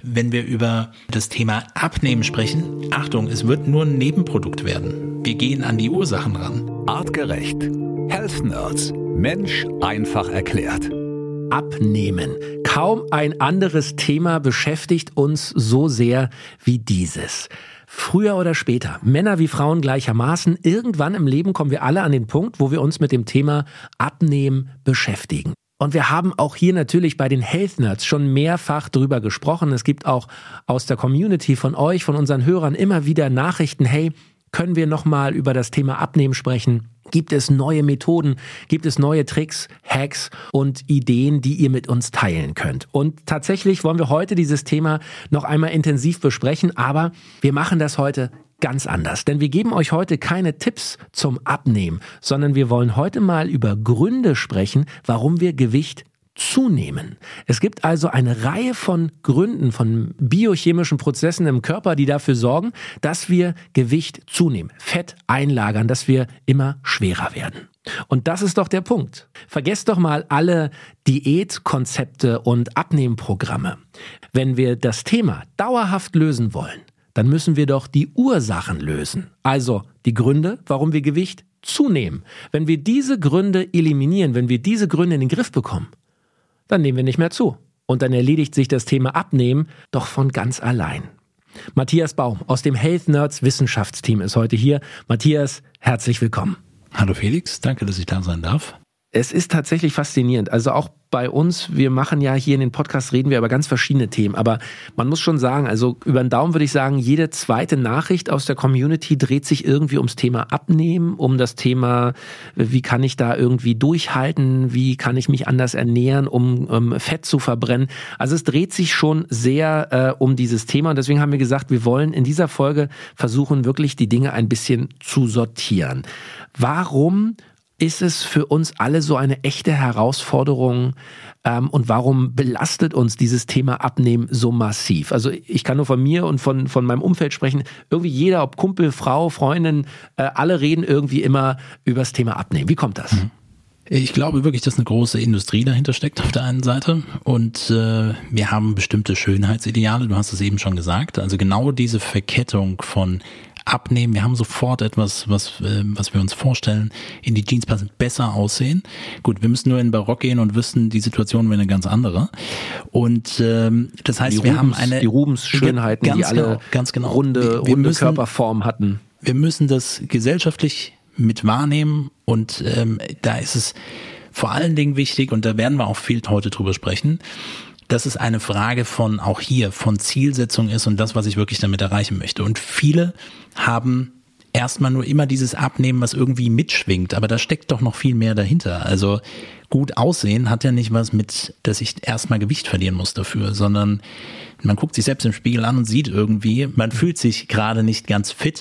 wenn wir über das Thema Abnehmen sprechen, Achtung, es wird nur ein Nebenprodukt werden. Wir gehen an die Ursachen ran. Artgerecht. Health Nerds. Mensch einfach erklärt. Abnehmen. Kaum ein anderes Thema beschäftigt uns so sehr wie dieses. Früher oder später, Männer wie Frauen gleichermaßen, irgendwann im Leben kommen wir alle an den Punkt, wo wir uns mit dem Thema Abnehmen beschäftigen. Und wir haben auch hier natürlich bei den Health Nerds schon mehrfach drüber gesprochen. Es gibt auch aus der Community von euch, von unseren Hörern immer wieder Nachrichten, hey, können wir nochmal über das Thema Abnehmen sprechen? Gibt es neue Methoden? Gibt es neue Tricks, Hacks und Ideen, die ihr mit uns teilen könnt? Und tatsächlich wollen wir heute dieses Thema noch einmal intensiv besprechen, aber wir machen das heute ganz anders, denn wir geben euch heute keine Tipps zum Abnehmen, sondern wir wollen heute mal über Gründe sprechen, warum wir Gewicht zunehmen. Es gibt also eine Reihe von Gründen, von biochemischen Prozessen im Körper, die dafür sorgen, dass wir Gewicht zunehmen, Fett einlagern, dass wir immer schwerer werden. Und das ist doch der Punkt. Vergesst doch mal alle Diätkonzepte und Abnehmprogramme. Wenn wir das Thema dauerhaft lösen wollen, dann müssen wir doch die Ursachen lösen. Also die Gründe, warum wir Gewicht zunehmen. Wenn wir diese Gründe eliminieren, wenn wir diese Gründe in den Griff bekommen, dann nehmen wir nicht mehr zu. Und dann erledigt sich das Thema Abnehmen doch von ganz allein. Matthias Baum aus dem Health Nerds Wissenschaftsteam ist heute hier. Matthias, herzlich willkommen. Hallo Felix, danke, dass ich da sein darf. Es ist tatsächlich faszinierend. Also auch bei uns, wir machen ja hier in den Podcast, reden wir über ganz verschiedene Themen. Aber man muss schon sagen, also über den Daumen würde ich sagen, jede zweite Nachricht aus der Community dreht sich irgendwie ums Thema Abnehmen, um das Thema, wie kann ich da irgendwie durchhalten, wie kann ich mich anders ernähren, um Fett zu verbrennen. Also es dreht sich schon sehr um dieses Thema. Und deswegen haben wir gesagt, wir wollen in dieser Folge versuchen, wirklich die Dinge ein bisschen zu sortieren. Warum ist es für uns alle so eine echte Herausforderung und warum belastet uns dieses Thema Abnehmen so massiv? Also ich kann nur von mir und von meinem Umfeld sprechen. Irgendwie jeder, ob Kumpel, Frau, Freundin, alle reden irgendwie immer über das Thema Abnehmen. Wie kommt das? Ich glaube wirklich, dass eine große Industrie dahinter steckt auf der einen Seite und wir haben bestimmte Schönheitsideale, du hast es eben schon gesagt. Also genau diese Verkettung von Abnehmen, wir haben sofort etwas, was wir uns vorstellen, in die Jeans passen, besser aussehen. Gut, wir müssen nur in den Barock gehen und wissen, die Situation wäre eine ganz andere. Und das heißt, wir haben die Rubens-Schönheiten, die alle ganz genau. runde Körperform hatten. Wir müssen das gesellschaftlich mit wahrnehmen und da ist es vor allen Dingen wichtig, und da werden wir auch viel heute drüber sprechen, dass es eine Frage von, auch hier, von Zielsetzung ist und das, was ich wirklich damit erreichen möchte. Und viele haben erstmal nur immer dieses Abnehmen, was irgendwie mitschwingt, aber da steckt doch noch viel mehr dahinter. Also gut aussehen hat ja nicht was mit, dass ich erstmal Gewicht verlieren muss dafür, sondern man guckt sich selbst im Spiegel an und sieht irgendwie, man fühlt sich gerade nicht ganz fit.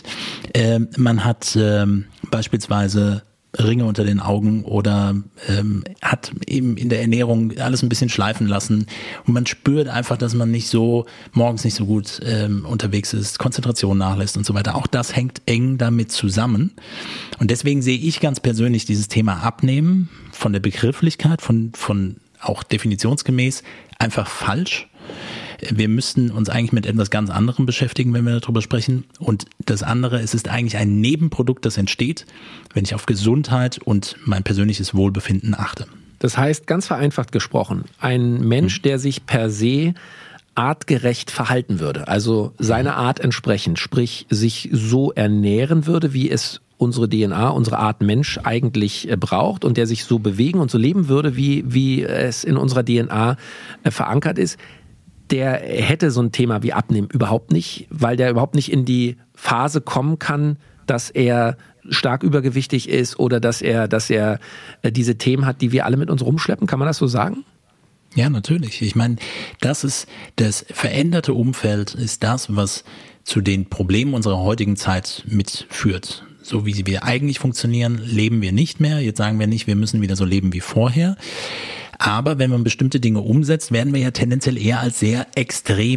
Man hat beispielsweise Ringe unter den Augen oder hat eben in der Ernährung alles ein bisschen schleifen lassen und man spürt einfach, dass man morgens nicht so gut unterwegs ist, Konzentration nachlässt und so weiter. Auch das hängt eng damit zusammen und deswegen sehe ich ganz persönlich dieses Thema Abnehmen von der Begrifflichkeit, von auch definitionsgemäß einfach falsch. Wir müssten uns eigentlich mit etwas ganz anderem beschäftigen, wenn wir darüber sprechen. Und das andere, es ist eigentlich ein Nebenprodukt, das entsteht, wenn ich auf Gesundheit und mein persönliches Wohlbefinden achte. Das heißt, ganz vereinfacht gesprochen, ein Mensch, der sich per se artgerecht verhalten würde, also seiner Art entsprechend, sprich sich so ernähren würde, wie es unsere DNA, unsere Art Mensch eigentlich braucht und der sich so bewegen und so leben würde, wie es in unserer DNA verankert ist, der hätte so ein Thema wie Abnehmen überhaupt nicht, weil der überhaupt nicht in die Phase kommen kann, dass er stark übergewichtig ist oder dass er diese Themen hat, die wir alle mit uns rumschleppen. Kann man das so sagen? Ja, natürlich. Ich meine, das veränderte Umfeld ist das, was zu den Problemen unserer heutigen Zeit mitführt. So wie wir eigentlich funktionieren, leben wir nicht mehr. Jetzt sagen wir nicht, wir müssen wieder so leben wie vorher. Aber wenn man bestimmte Dinge umsetzt, werden wir ja tendenziell eher als sehr extrem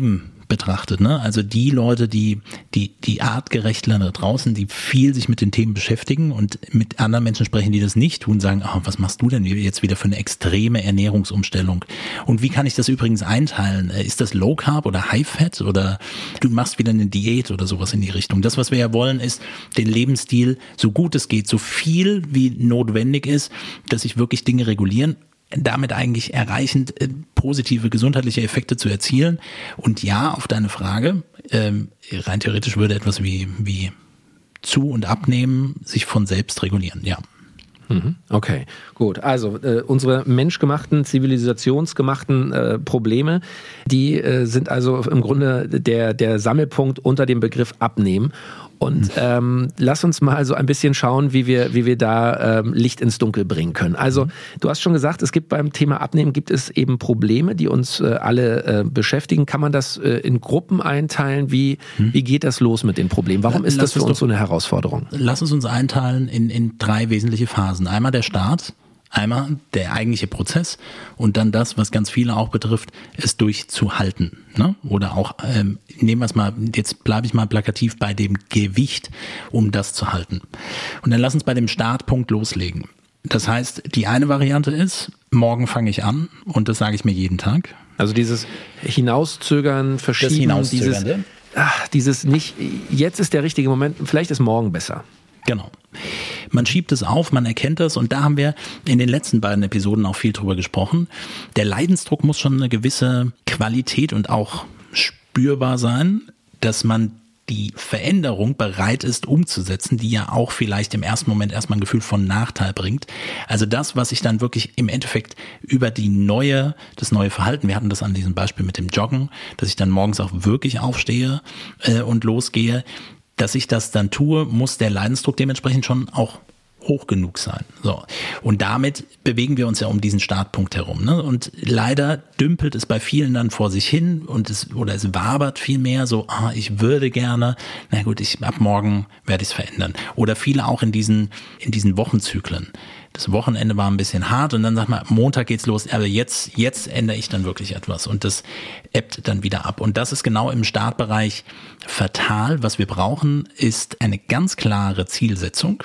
betrachtet, ne? Also die Leute, die Artgerechtler da draußen, die viel sich mit den Themen beschäftigen und mit anderen Menschen sprechen, die das nicht tun, sagen, was machst du denn jetzt wieder für eine extreme Ernährungsumstellung? Und wie kann ich das übrigens einteilen? Ist das Low Carb oder High Fat oder du machst wieder eine Diät oder sowas in die Richtung? Das, was wir ja wollen, ist den Lebensstil so gut es geht, so viel wie notwendig ist, dass sich wirklich Dinge regulieren, damit eigentlich erreichend positive gesundheitliche Effekte zu erzielen. Und ja, auf deine Frage, rein theoretisch würde etwas wie Zu- und Abnehmen sich von selbst regulieren, ja. Okay, gut. Also unsere menschgemachten, zivilisationsgemachten Probleme, die sind also im Grunde der Sammelpunkt unter dem Begriff Abnehmen. Und lass uns mal so ein bisschen schauen, wie wir da Licht ins Dunkel bringen können. Also du hast schon gesagt, es gibt beim Thema Abnehmen gibt es eben Probleme, die uns alle beschäftigen. Kann man das in Gruppen einteilen? Wie geht das los mit den Problemen? Warum ist das für uns so eine Herausforderung? Lass uns einteilen in 3 wesentliche Phasen. Einmal der Start, einmal der eigentliche Prozess und dann das, was ganz viele auch betrifft, es durchzuhalten. Ne? Oder auch, nehmen wir es mal, jetzt bleibe ich mal plakativ bei dem Gewicht, um das zu halten. Und dann lass uns bei dem Startpunkt loslegen. Das heißt, die eine Variante ist, morgen fange ich an und das sage ich mir jeden Tag. Also dieses Hinauszögern, Verschieben, dieses nicht, jetzt ist der richtige Moment, vielleicht ist morgen besser. Genau. Man schiebt es auf, man erkennt das und da haben wir in den letzten beiden Episoden auch viel drüber gesprochen. Der Leidensdruck muss schon eine gewisse Qualität und auch spürbar sein, dass man die Veränderung bereit ist umzusetzen, die ja auch vielleicht im ersten Moment erstmal ein Gefühl von Nachteil bringt. Also das, was ich dann wirklich im Endeffekt über das neue Verhalten, wir hatten das an diesem Beispiel mit dem Joggen, dass ich dann morgens auch wirklich aufstehe und losgehe, dass ich das dann tue, muss der Leidensdruck dementsprechend schon auch hoch genug sein. So. Und damit bewegen wir uns ja um diesen Startpunkt herum. Ne? Und leider dümpelt es bei vielen dann vor sich hin und es wabert viel mehr so, ich würde gerne, na gut, ab morgen werde ich es verändern. Oder viele auch in diesen Wochenzyklen. Das Wochenende war ein bisschen hart und dann sagt man, Montag geht's los, aber jetzt ändere ich dann wirklich etwas und das ebbt dann wieder ab. Und das ist genau im Startbereich fatal. Was wir brauchen, ist eine ganz klare Zielsetzung.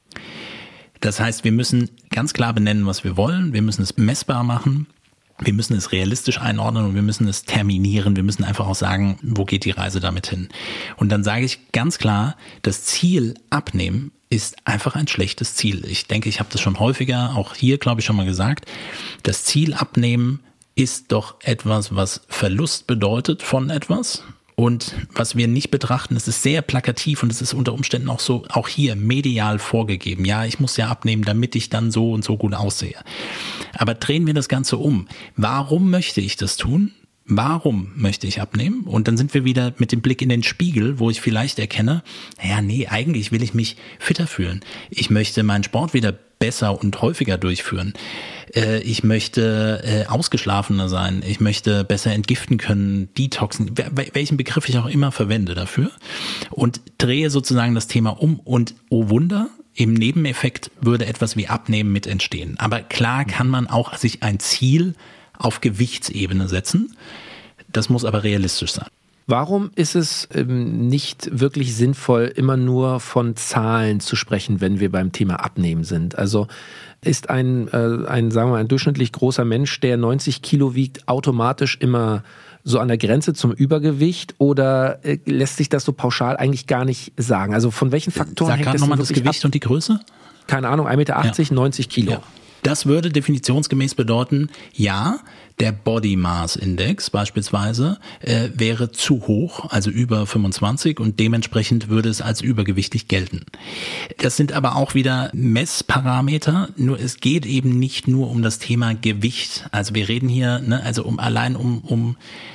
Das heißt, wir müssen ganz klar benennen, was wir wollen. Wir müssen es messbar machen. Wir müssen es realistisch einordnen und wir müssen es terminieren. Wir müssen einfach auch sagen, wo geht die Reise damit hin? Und dann sage ich ganz klar, das Ziel abnehmen ist einfach ein schlechtes Ziel. Ich denke, ich habe das schon häufiger, auch hier glaube ich schon mal gesagt. Das Ziel abnehmen ist doch etwas, was Verlust bedeutet von etwas. Und was wir nicht betrachten, es ist sehr plakativ und es ist unter Umständen auch so, auch hier medial vorgegeben. Ja, ich muss ja abnehmen, damit ich dann so und so gut aussehe. Aber drehen wir das Ganze um. Warum möchte ich das tun? Warum möchte ich abnehmen? Und dann sind wir wieder mit dem Blick in den Spiegel, wo ich vielleicht erkenne, eigentlich will ich mich fitter fühlen. Ich möchte meinen Sport wieder besser und häufiger durchführen. Ich möchte ausgeschlafener sein. Ich möchte besser entgiften können, detoxen, welchen Begriff ich auch immer verwende dafür. Und drehe sozusagen das Thema um und oh Wunder, im Nebeneffekt würde etwas wie Abnehmen mit entstehen. Aber klar kann man auch sich ein Ziel auf Gewichtsebene setzen. Das muss aber realistisch sein. Warum ist es nicht wirklich sinnvoll, immer nur von Zahlen zu sprechen, wenn wir beim Thema Abnehmen sind? Also ist ein durchschnittlich großer Mensch, der 90 Kilo wiegt, automatisch immer so an der Grenze zum Übergewicht oder lässt sich das so pauschal eigentlich gar nicht sagen? Also von welchen Faktoren hängt das nochmal das Gewicht und die Größe? Keine Ahnung, 1,80 Meter, ja. 90 Kilo. Ja. Das würde definitionsgemäß bedeuten, ja, der Body Mass Index beispielsweise wäre zu hoch, also über 25 und dementsprechend würde es als übergewichtig gelten. Das sind aber auch wieder Messparameter, nur es geht eben nicht nur um das Thema Gewicht. Also wir reden hier, allein um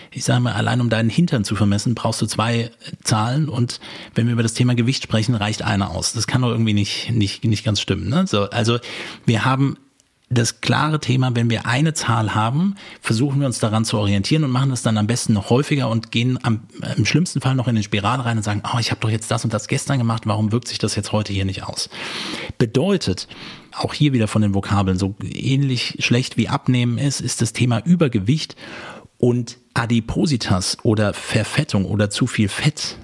deinen Hintern zu vermessen, brauchst du 2 Zahlen und wenn wir über das Thema Gewicht sprechen, reicht eine aus. Das kann doch irgendwie nicht ganz stimmen. Ne? So, also wir haben das klare Thema, wenn wir eine Zahl haben, versuchen wir uns daran zu orientieren und machen das dann am besten noch häufiger und gehen im schlimmsten Fall noch in den Spiral rein und sagen, ich habe doch jetzt das und das gestern gemacht, warum wirkt sich das jetzt heute hier nicht aus? Bedeutet, auch hier wieder von den Vokabeln, so ähnlich schlecht wie Abnehmen ist das Thema Übergewicht und Adipositas oder Verfettung oder zu viel Fett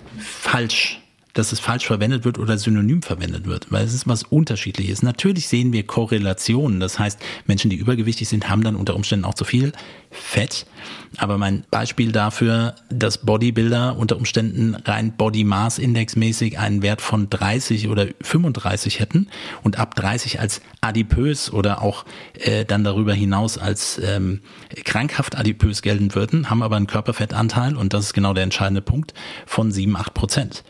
dass es falsch verwendet wird oder synonym verwendet wird, weil es ist was Unterschiedliches. Natürlich sehen wir Korrelationen, das heißt, Menschen, die übergewichtig sind, haben dann unter Umständen auch zu viel Fett. Aber mein Beispiel dafür, dass Bodybuilder unter Umständen rein Body Mass Index mäßig einen Wert von 30 oder 35 hätten und ab 30 als adipös oder auch dann darüber hinaus als krankhaft adipös gelten würden, haben aber einen Körperfettanteil, und das ist genau der entscheidende Punkt, von 7-8%.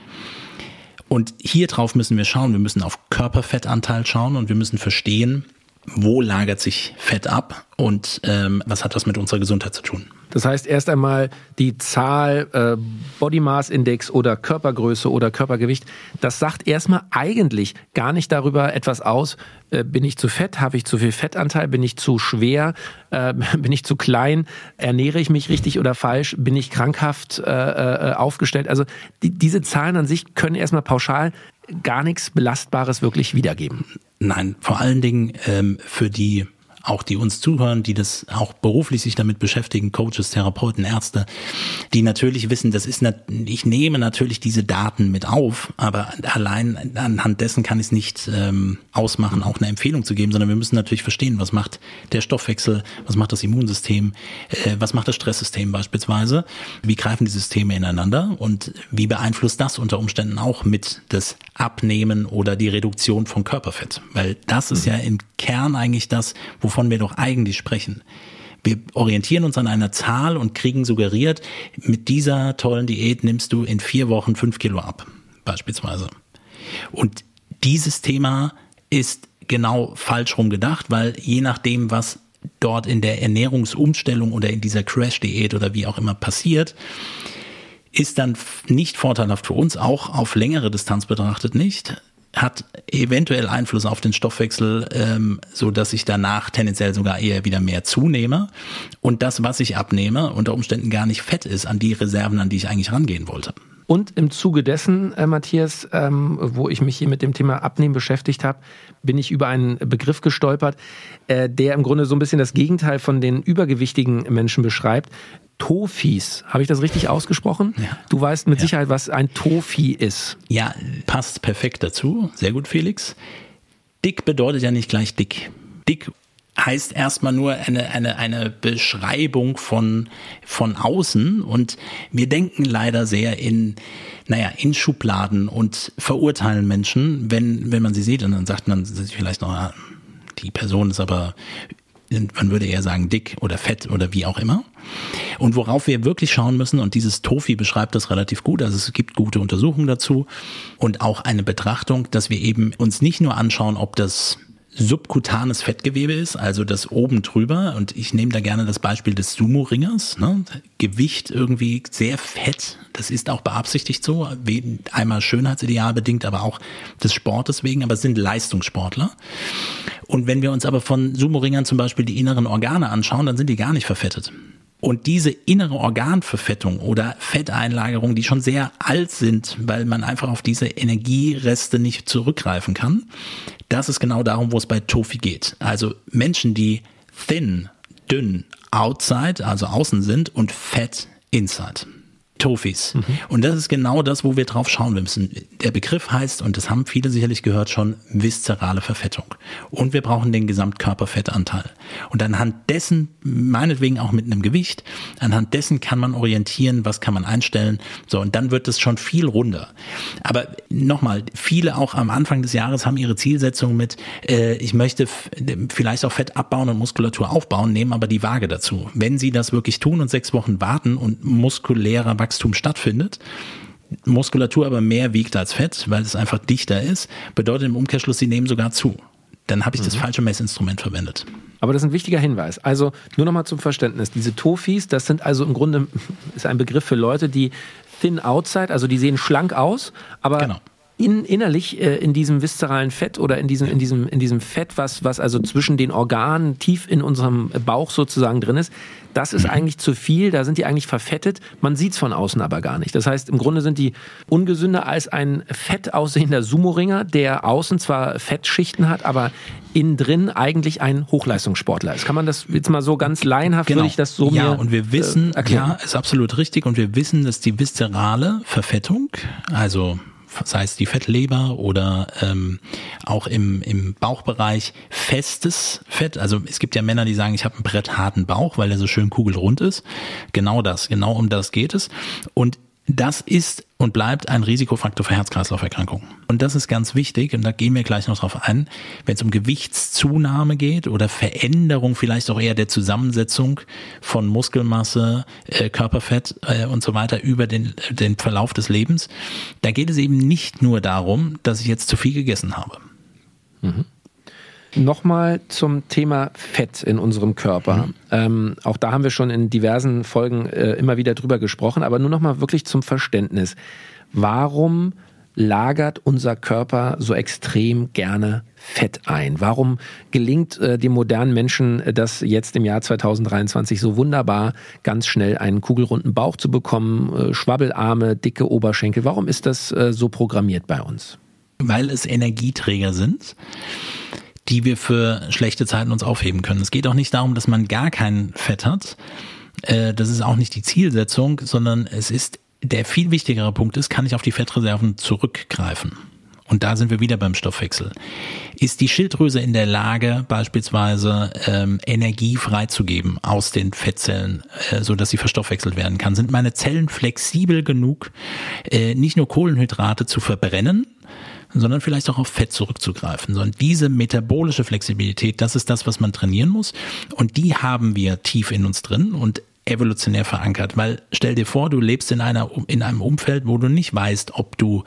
Und hier drauf müssen wir schauen, wir müssen auf Körperfettanteil schauen und wir müssen verstehen, wo lagert sich Fett ab und was hat das mit unserer Gesundheit zu tun. Das heißt erst einmal die Zahl Body Mass Index oder Körpergröße oder Körpergewicht, das sagt erstmal eigentlich gar nicht darüber etwas aus, bin ich zu fett, habe ich zu viel Fettanteil, bin ich zu schwer, bin ich zu klein, ernähre ich mich richtig oder falsch, bin ich krankhaft aufgestellt. Also diese Zahlen an sich können erstmal pauschal gar nichts Belastbares wirklich wiedergeben. Nein, vor allen Dingen für die uns zuhören, die das auch beruflich sich damit beschäftigen, Coaches, Therapeuten, Ärzte, die natürlich wissen, ich nehme natürlich diese Daten mit auf, aber allein anhand dessen kann ich es nicht ausmachen, auch eine Empfehlung zu geben, sondern wir müssen natürlich verstehen, was macht der Stoffwechsel, was macht das Immunsystem, was macht das Stresssystem beispielsweise, wie greifen die Systeme ineinander und wie beeinflusst das unter Umständen auch mit das Abnehmen oder die Reduktion von Körperfett, weil das ist ja im Kern eigentlich das, wovon wir doch eigentlich sprechen. Wir orientieren uns an einer Zahl und kriegen suggeriert, mit dieser tollen Diät nimmst du in 4 Wochen 5 Kilo ab, beispielsweise. Und dieses Thema ist genau falsch rum gedacht, weil je nachdem, was dort in der Ernährungsumstellung oder in dieser Crash-Diät oder wie auch immer passiert, ist dann nicht vorteilhaft für uns, auch auf längere Distanz betrachtet nicht, hat eventuell Einfluss auf den Stoffwechsel, so dass ich danach tendenziell sogar eher wieder mehr zunehme und das, was ich abnehme, unter Umständen gar nicht Fett ist an die Reserven, an die ich eigentlich rangehen wollte. Und im Zuge dessen, Matthias, wo ich mich hier mit dem Thema Abnehmen beschäftigt habe, bin ich über einen Begriff gestolpert, der im Grunde so ein bisschen das Gegenteil von den übergewichtigen Menschen beschreibt. Tofis. Habe ich das richtig ausgesprochen? Ja. Du weißt mit Sicherheit, was ein Tofi ist. Ja, passt perfekt dazu. Sehr gut, Felix. Dick bedeutet ja nicht gleich dick. Dick heißt erstmal nur eine Beschreibung von außen und wir denken leider sehr in Schubladen und verurteilen Menschen, wenn man sie sieht und dann sagt man sich vielleicht noch, die Person ist aber, man würde eher sagen dick oder fett oder wie auch immer. Und worauf wir wirklich schauen müssen, und dieses Tofi beschreibt das relativ gut, also es gibt gute Untersuchungen dazu und auch eine Betrachtung, dass wir eben uns nicht nur anschauen, ob das subkutanes Fettgewebe ist, also das oben drüber, und ich nehme da gerne das Beispiel des Sumo-Ringers, ne? Gewicht irgendwie sehr fett, das ist auch beabsichtigt so, einmal Schönheitsideal bedingt, aber auch des Sportes wegen, aber es sind Leistungssportler. Und wenn wir uns aber von Sumo-Ringern zum Beispiel die inneren Organe anschauen, dann sind die gar nicht verfettet. Und diese innere Organverfettung oder Fetteinlagerung, die schon sehr alt sind, weil man einfach auf diese Energiereste nicht zurückgreifen kann, das ist genau darum, wo es bei Tofi geht. Also Menschen, die dünn, outside, also außen sind und fett inside. Tofis. Und das ist genau das, wo wir drauf schauen müssen. Der Begriff heißt, und das haben viele sicherlich gehört schon, viszerale Verfettung. Und wir brauchen den Gesamtkörperfettanteil. Und anhand dessen, meinetwegen auch mit einem Gewicht, anhand dessen kann man orientieren, was kann man einstellen. So, und dann wird es schon viel runder. Aber nochmal, viele auch am Anfang des Jahres haben ihre Zielsetzung mit, ich möchte vielleicht auch Fett abbauen und Muskulatur aufbauen, nehmen aber die Waage dazu. Wenn sie das wirklich tun und 6 Wochen warten und muskulärer Wachstum stattfindet, Muskulatur aber mehr wiegt als Fett, weil es einfach dichter ist, bedeutet im Umkehrschluss, sie nehmen sogar zu. Dann habe ich das falsche Messinstrument verwendet. Aber das ist ein wichtiger Hinweis. Also nur nochmal zum Verständnis. Diese Tofis, das sind also im Grunde ist ein Begriff für Leute, die thin outside, also die sehen schlank aus, aber innerlich in diesem viszeralen Fett oder in diesem Fett, was also zwischen den Organen tief in unserem Bauch sozusagen drin ist, das ist eigentlich zu viel, da sind die eigentlich verfettet, man sieht's von außen aber gar nicht. Das heißt, im Grunde sind die ungesünder als ein fett aussehender Sumo-Ringer, der außen zwar Fettschichten hat, aber innen drin eigentlich ein Hochleistungssportler ist. Kann man das jetzt mal so ganz laienhaft, würde ich das so mir und wir wissen, erklären? Ja, ist absolut richtig, und wir wissen, dass die viszerale Verfettung, also sei es die Fettleber oder auch im Bauchbereich festes Fett. Also es gibt ja Männer, die sagen, ich habe einen brettharten Bauch, weil der so schön kugelrund ist. Genau um das geht es. Und das ist und bleibt ein Risikofaktor für Herz-Kreislauf-Erkrankungen. Und das ist ganz wichtig, und da gehen wir gleich noch drauf ein, wenn es um Gewichtszunahme geht oder Veränderung vielleicht auch eher der Zusammensetzung von Muskelmasse, Körperfett und so weiter über den Verlauf des Lebens. Da geht es eben nicht nur darum, dass ich jetzt zu viel gegessen habe. Mhm. Nochmal zum Thema Fett in unserem Körper. Auch da haben wir schon in diversen Folgen immer wieder drüber gesprochen, aber nur nochmal wirklich zum Verständnis. Warum lagert unser Körper so extrem gerne Fett ein? Warum gelingt dem modernen Menschen das jetzt im Jahr 2023 so wunderbar, ganz schnell einen kugelrunden Bauch zu bekommen, Schwabbelarme, dicke Oberschenkel? Warum ist das so programmiert bei uns? Weil es Energieträger sind, die wir für schlechte Zeiten uns aufheben können. Es geht auch nicht darum, dass man gar kein Fett hat. Das ist auch nicht die Zielsetzung, sondern es ist, der viel wichtigere Punkt ist, kann ich auf die Fettreserven zurückgreifen? Und da sind wir wieder beim Stoffwechsel. Ist die Schilddrüse in der Lage, beispielsweise Energie freizugeben aus den Fettzellen, so dass sie verstoffwechselt werden kann? Sind meine Zellen flexibel genug, nicht nur Kohlenhydrate zu verbrennen, sondern vielleicht auch auf Fett zurückzugreifen. Sondern diese metabolische Flexibilität, das ist das, was man trainieren muss. Und die haben wir tief in uns drin und evolutionär verankert. Weil stell dir vor, du lebst in einem Umfeld, wo du nicht weißt, ob du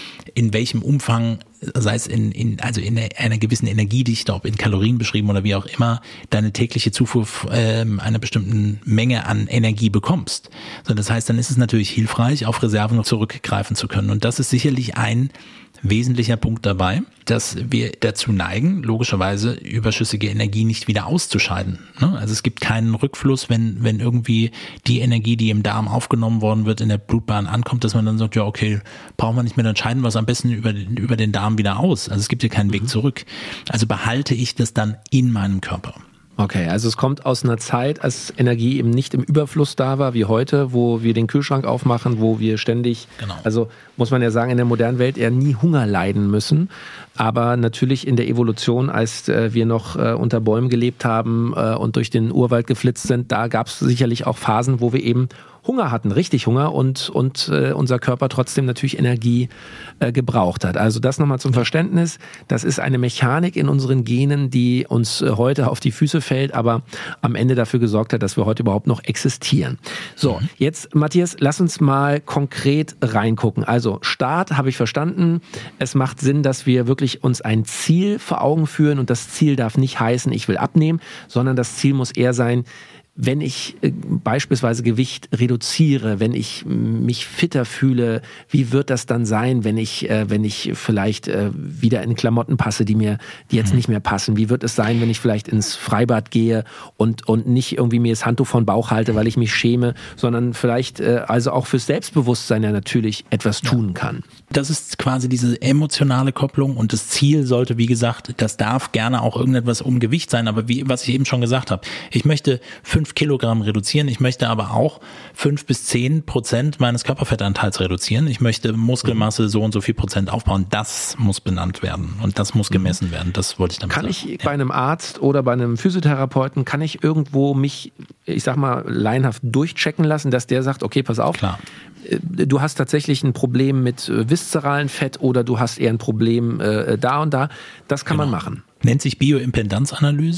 in welchem Umfang, sei es in einer gewissen Energiedichte, ob in Kalorien beschrieben oder wie auch immer, deine tägliche Zufuhr einer bestimmten Menge an Energie bekommst. So, das heißt, dann ist es natürlich hilfreich, auf Reserven zurückgreifen zu können. Und das ist sicherlich ein wesentlicher Punkt dabei, dass wir dazu neigen, logischerweise überschüssige Energie nicht wieder auszuscheiden. Also es gibt keinen Rückfluss, wenn irgendwie die Energie, die im Darm aufgenommen worden wird, in der Blutbahn ankommt, dass man dann sagt, ja okay, brauchen wir nicht mehr, dann scheiden wir es am besten über den Darm wieder aus. Also es gibt ja keinen Weg zurück. Also behalte ich das dann in meinem Körper. Okay, also es kommt aus einer Zeit, als Energie eben nicht im Überfluss da war, wie heute, wo wir den Kühlschrank aufmachen, wo wir ständig, also muss man ja sagen, in der modernen Welt eher nie Hunger leiden müssen. Aber natürlich in der Evolution, als wir noch unter Bäumen gelebt haben und durch den Urwald geflitzt sind, da gab es sicherlich auch Phasen, wo wir eben Hunger hatten, richtig Hunger und unser Körper trotzdem natürlich Energie gebraucht hat. Also das nochmal zum Verständnis. Das ist eine Mechanik in unseren Genen, die uns heute auf die Füße fällt, aber am Ende dafür gesorgt hat, dass wir heute überhaupt noch existieren. So, jetzt Matthias, lass uns mal konkret reingucken. Also Start habe ich verstanden. Es macht Sinn, dass wir wirklich uns ein Ziel vor Augen führen und das Ziel darf nicht heißen, ich will abnehmen, sondern das Ziel muss eher sein, wenn ich beispielsweise Gewicht reduziere, wenn ich mich fitter fühle, wie wird das dann sein, wenn ich vielleicht wieder in Klamotten passe, die jetzt nicht mehr passen? Wie wird es sein, wenn ich vielleicht ins Freibad gehe und nicht irgendwie mir das Handtuch von Bauch halte, weil ich mich schäme, sondern vielleicht also auch fürs Selbstbewusstsein ja natürlich etwas tun kann? Das ist quasi diese emotionale Kopplung und das Ziel sollte, wie gesagt, das darf gerne auch irgendetwas um Gewicht sein, aber was ich eben schon gesagt habe, ich möchte 5 Kilogramm reduzieren, ich möchte aber auch 5 bis 10% meines Körperfettanteils reduzieren, ich möchte Muskelmasse so und so viel Prozent aufbauen, das muss benannt werden und das muss gemessen werden, das wollte ich damit sagen. Kann ich bei einem Arzt oder bei einem Physiotherapeuten, kann ich irgendwo mich, ich sag mal, laienhaft durchchecken lassen, dass der sagt, okay, pass auf, klar, du hast tatsächlich ein Problem mit viszeralen Fett oder du hast eher ein Problem da und da, das kann man machen. Nennt sich Bioimpedanzanalyse.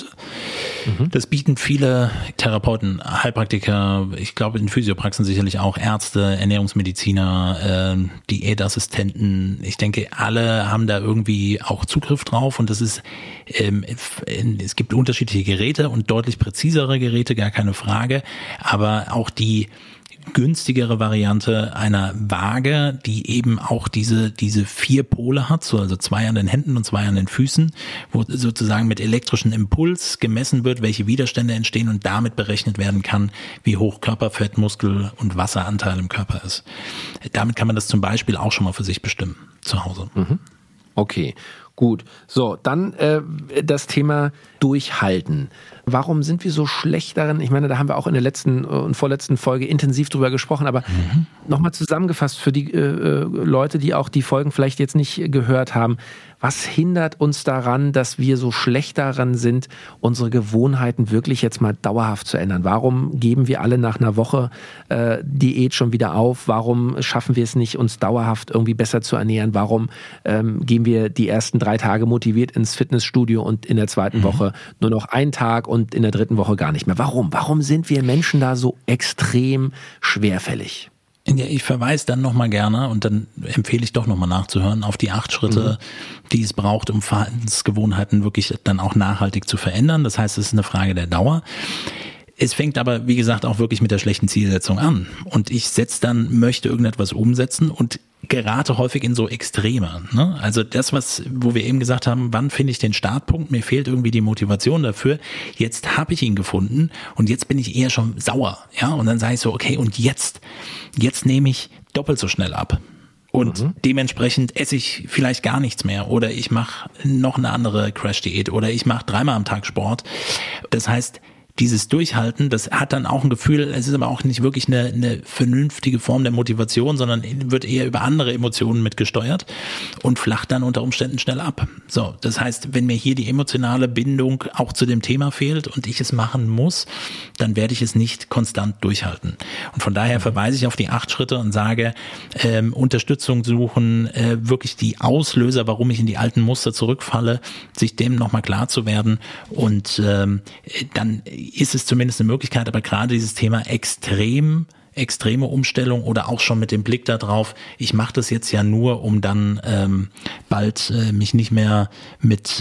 Das bieten viele Therapeuten, Heilpraktiker, ich glaube in Physiopraxen sicherlich auch Ärzte, Ernährungsmediziner, Diätassistenten. Ich denke, alle haben da irgendwie auch Zugriff drauf und das ist, es gibt unterschiedliche Geräte und deutlich präzisere Geräte, gar keine Frage, aber auch die günstigere Variante einer Waage, die eben auch diese 4 Pole hat, so also 2 an den Händen und 2 an den Füßen, wo sozusagen mit elektrischem Impuls gemessen wird, welche Widerstände entstehen und damit berechnet werden kann, wie hoch Körperfett, Muskel und Wasseranteil im Körper ist. Damit kann man das zum Beispiel auch schon mal für sich bestimmen zu Hause. Okay, gut. So, dann das Thema Durchhalten. Warum sind wir so schlecht darin? Ich meine, da haben wir auch in der letzten und vorletzten Folge intensiv drüber gesprochen, aber nochmal zusammengefasst für die Leute, die auch die Folgen vielleicht jetzt nicht gehört haben. Was hindert uns daran, dass wir so schlecht daran sind, unsere Gewohnheiten wirklich jetzt mal dauerhaft zu ändern? Warum geben wir alle nach einer Woche Diät schon wieder auf? Warum schaffen wir es nicht, uns dauerhaft irgendwie besser zu ernähren? Warum gehen wir die ersten 3 Tage motiviert ins Fitnessstudio und in der zweiten Woche nur noch einen Tag und in der dritten Woche gar nicht mehr? Warum? Warum sind wir Menschen da so extrem schwerfällig? Ja, ich verweise dann nochmal gerne und dann empfehle ich doch nochmal nachzuhören auf die 8 Schritte, die es braucht, um Verhaltensgewohnheiten wirklich dann auch nachhaltig zu verändern. Das heißt, es ist eine Frage der Dauer. Es fängt aber, wie gesagt, auch wirklich mit der schlechten Zielsetzung an. Und ich möchte irgendetwas umsetzen und gerate häufig in so Extreme. Ne? Also das, wo wir eben gesagt haben, wann finde ich den Startpunkt? Mir fehlt irgendwie die Motivation dafür. Jetzt habe ich ihn gefunden und jetzt bin ich eher schon sauer. Ja, und dann sage ich so, okay, und jetzt nehme ich doppelt so schnell ab. Und dementsprechend esse ich vielleicht gar nichts mehr oder ich mache noch eine andere Crash-Diät oder ich mache 3-mal am Tag Sport. Das heißt, dieses Durchhalten, das hat dann auch ein Gefühl, es ist aber auch nicht wirklich eine vernünftige Form der Motivation, sondern wird eher über andere Emotionen mitgesteuert und flacht dann unter Umständen schnell ab. So, das heißt, wenn mir hier die emotionale Bindung auch zu dem Thema fehlt und ich es machen muss, dann werde ich es nicht konstant durchhalten. Und von daher verweise ich auf die 8 Schritte und sage, Unterstützung suchen, wirklich die Auslöser, warum ich in die alten Muster zurückfalle, sich dem nochmal klar zu werden und dann ist es zumindest eine Möglichkeit, aber gerade dieses Thema extreme Umstellung oder auch schon mit dem Blick darauf, ich mache das jetzt ja nur, um dann bald mich nicht mehr mit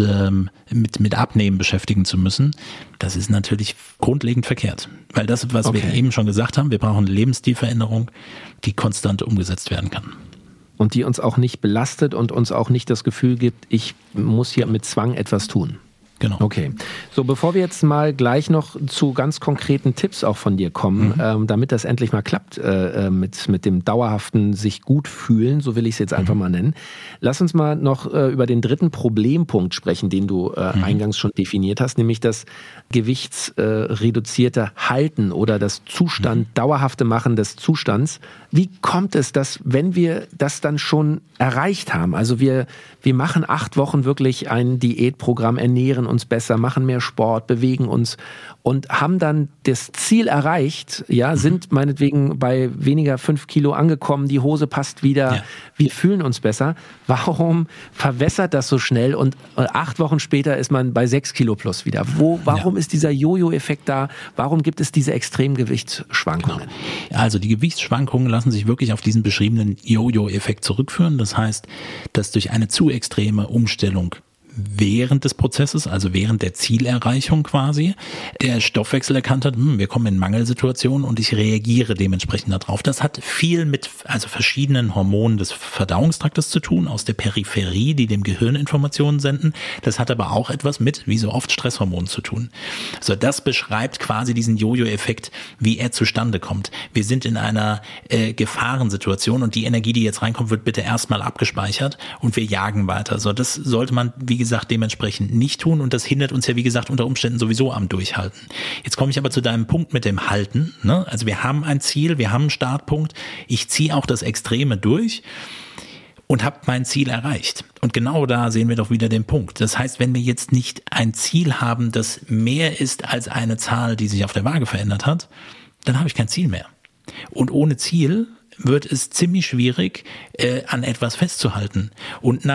Abnehmen beschäftigen zu müssen, das ist natürlich grundlegend verkehrt. Weil das, was wir eben schon gesagt haben, wir brauchen eine Lebensstilveränderung, die konstant umgesetzt werden kann. Und die uns auch nicht belastet und uns auch nicht das Gefühl gibt, ich muss hier mit Zwang etwas tun. Genau. Okay. So, bevor wir jetzt mal gleich noch zu ganz konkreten Tipps auch von dir kommen, damit das endlich mal klappt mit dem dauerhaften sich gut fühlen, so will ich es jetzt einfach mal nennen. Lass uns mal noch über den dritten Problempunkt sprechen, den du eingangs schon definiert hast, nämlich das gewichtsreduzierte Halten oder das dauerhafte Machen des Zustands. Wie kommt es, dass, wenn wir das dann schon erreicht haben, also wir machen 8 Wochen wirklich ein Diätprogramm, ernähren uns besser, machen mehr Sport, bewegen uns und haben dann das Ziel erreicht, ja, sind meinetwegen bei weniger 5 Kilo angekommen, die Hose passt wieder, wir fühlen uns besser. Warum verwässert das so schnell und 8 Wochen später ist man bei 6 Kilo plus wieder? Warum ist dieser Jojo-Effekt da? Warum gibt es diese extremen Gewichtsschwankungen? Genau. Also die Gewichtsschwankungen lassen sich wirklich auf diesen beschriebenen Jojo-Effekt zurückführen. Das heißt, dass durch eine zu extreme Umstellung während des Prozesses, also während der Zielerreichung quasi, der Stoffwechsel erkannt hat, wir kommen in Mangelsituationen und ich reagiere dementsprechend darauf. Das hat viel mit verschiedenen Hormonen des Verdauungstraktes zu tun, aus der Peripherie, die dem Gehirn Informationen senden. Das hat aber auch etwas mit, wie so oft, Stresshormonen zu tun. Also das beschreibt quasi diesen Jojo-Effekt, wie er zustande kommt. Wir sind in einer Gefahrensituation und die Energie, die jetzt reinkommt, wird bitte erstmal abgespeichert und wir jagen weiter. So, das sollte man, wie gesagt, dementsprechend nicht tun und das hindert uns ja, wie gesagt, unter Umständen sowieso am Durchhalten. Jetzt komme ich aber zu deinem Punkt mit dem Halten. Ne? Also wir haben ein Ziel, wir haben einen Startpunkt, ich ziehe auch das Extreme durch und habe mein Ziel erreicht. Und genau da sehen wir doch wieder den Punkt. Das heißt, wenn wir jetzt nicht ein Ziel haben, das mehr ist als eine Zahl, die sich auf der Waage verändert hat, dann habe ich kein Ziel mehr. Und ohne Ziel wird es ziemlich schwierig, an etwas festzuhalten. Und nach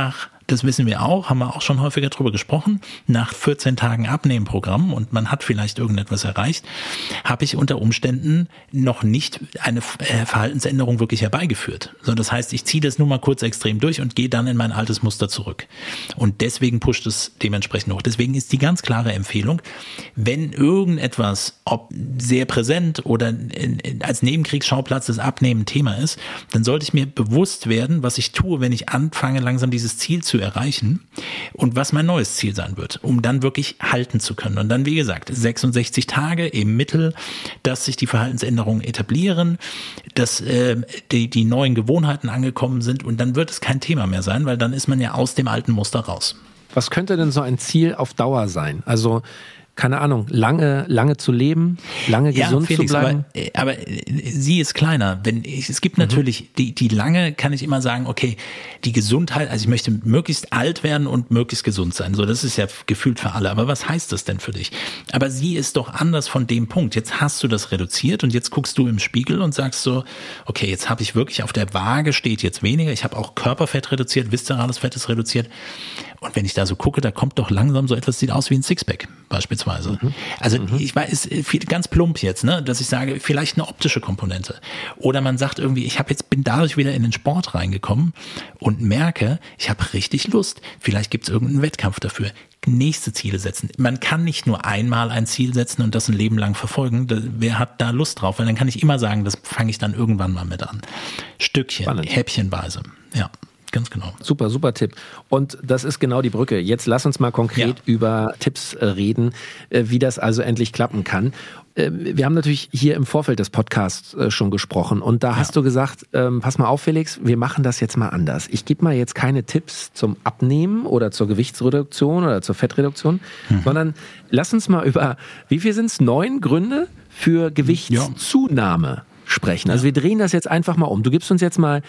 das wissen wir auch, haben wir auch schon häufiger drüber gesprochen, nach 14 Tagen Abnehmprogramm und man hat vielleicht irgendetwas erreicht, habe ich unter Umständen noch nicht eine Verhaltensänderung wirklich herbeigeführt. So, das heißt, ich ziehe das nur mal kurz extrem durch und gehe dann in mein altes Muster zurück. Und deswegen pusht es dementsprechend hoch. Deswegen ist die ganz klare Empfehlung, wenn irgendetwas, ob sehr präsent oder als Nebenkriegsschauplatz das Abnehmen Thema ist, dann sollte ich mir bewusst werden, was ich tue, wenn ich anfange, langsam dieses Ziel zu erreichen und was mein neues Ziel sein wird, um dann wirklich halten zu können. Und dann, wie gesagt, 66 Tage im Mittel, dass sich die Verhaltensänderungen etablieren, dass die neuen Gewohnheiten angekommen sind und dann wird es kein Thema mehr sein, weil dann ist man ja aus dem alten Muster raus. Was könnte denn so ein Ziel auf Dauer sein? Also keine Ahnung, lange zu leben, lange gesund Felix, zu bleiben. Aber sie ist kleiner. Es gibt natürlich, die lange kann ich immer sagen, okay, die Gesundheit, also ich möchte möglichst alt werden und möglichst gesund sein. So, das ist ja gefühlt für alle. Aber was heißt das denn für dich? Aber sie ist doch anders von dem Punkt. Jetzt hast du das reduziert und jetzt guckst du im Spiegel und sagst so, okay, jetzt habe ich wirklich auf der Waage steht jetzt weniger. Ich habe auch Körperfett reduziert, viszerales Fett ist reduziert. Und wenn ich da so gucke, da kommt doch langsam so etwas, sieht aus wie ein Sixpack beispielsweise. Also ich weiß, ist ganz plump jetzt, ne, dass ich sage, vielleicht eine optische Komponente. Oder man sagt irgendwie, bin dadurch wieder in den Sport reingekommen und merke, ich habe richtig Lust. Vielleicht gibt es irgendeinen Wettkampf dafür. Nächste Ziele setzen. Man kann nicht nur einmal ein Ziel setzen und das ein Leben lang verfolgen. Wer hat da Lust drauf? Weil dann kann ich immer sagen, das fange ich dann irgendwann mal mit an. Stückchen, spannend. Häppchenweise. Ja. Ganz genau. Super, super Tipp. Und das ist genau die Brücke. Jetzt lass uns mal konkret über Tipps reden, wie das also endlich klappen kann. Wir haben natürlich hier im Vorfeld des Podcasts schon gesprochen und da hast du gesagt, pass mal auf Felix, wir machen das jetzt mal anders. Ich gebe mal jetzt keine Tipps zum Abnehmen oder zur Gewichtsreduktion oder zur Fettreduktion, sondern lass uns mal über, wie viel sind es? 9 Gründe für Gewichtszunahme sprechen. Also wir drehen das jetzt einfach mal um. Du gibst uns jetzt mal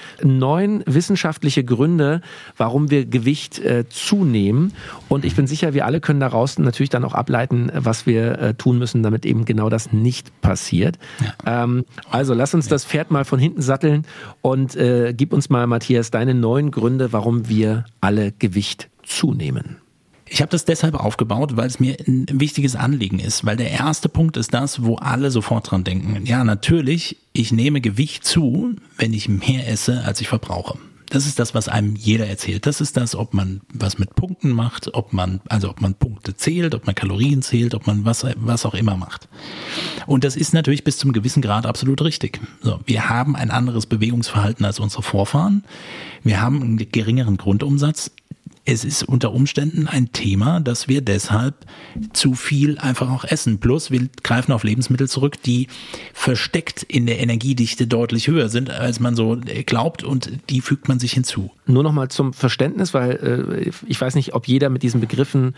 9 wissenschaftliche Gründe, warum wir Gewicht zunehmen. Und ich bin sicher, wir alle können daraus natürlich dann auch ableiten, was wir tun müssen, damit eben genau das nicht passiert. Ja. Also lass uns das Pferd mal von hinten satteln und gib uns mal, Matthias, deine 9 Gründe, warum wir alle Gewicht zunehmen. Ich habe das deshalb aufgebaut, weil es mir ein wichtiges Anliegen ist, weil der erste Punkt ist das, wo alle sofort dran denken. Ja, natürlich, ich nehme Gewicht zu, wenn ich mehr esse, als ich verbrauche. Das ist das, was einem jeder erzählt. Das ist das, ob man was mit Punkten macht, ob man Punkte zählt, ob man Kalorien zählt, ob man was auch immer macht. Und das ist natürlich bis zum gewissen Grad absolut richtig. So, wir haben ein anderes Bewegungsverhalten als unsere Vorfahren. Wir haben einen geringeren Grundumsatz. Es ist unter Umständen ein Thema, dass wir deshalb zu viel einfach auch essen. Plus wir greifen auf Lebensmittel zurück, die versteckt in der Energiedichte deutlich höher sind, als man so glaubt und die fügt man sich hinzu. Nur nochmal zum Verständnis, weil ich weiß nicht, ob jeder mit diesen Begriffen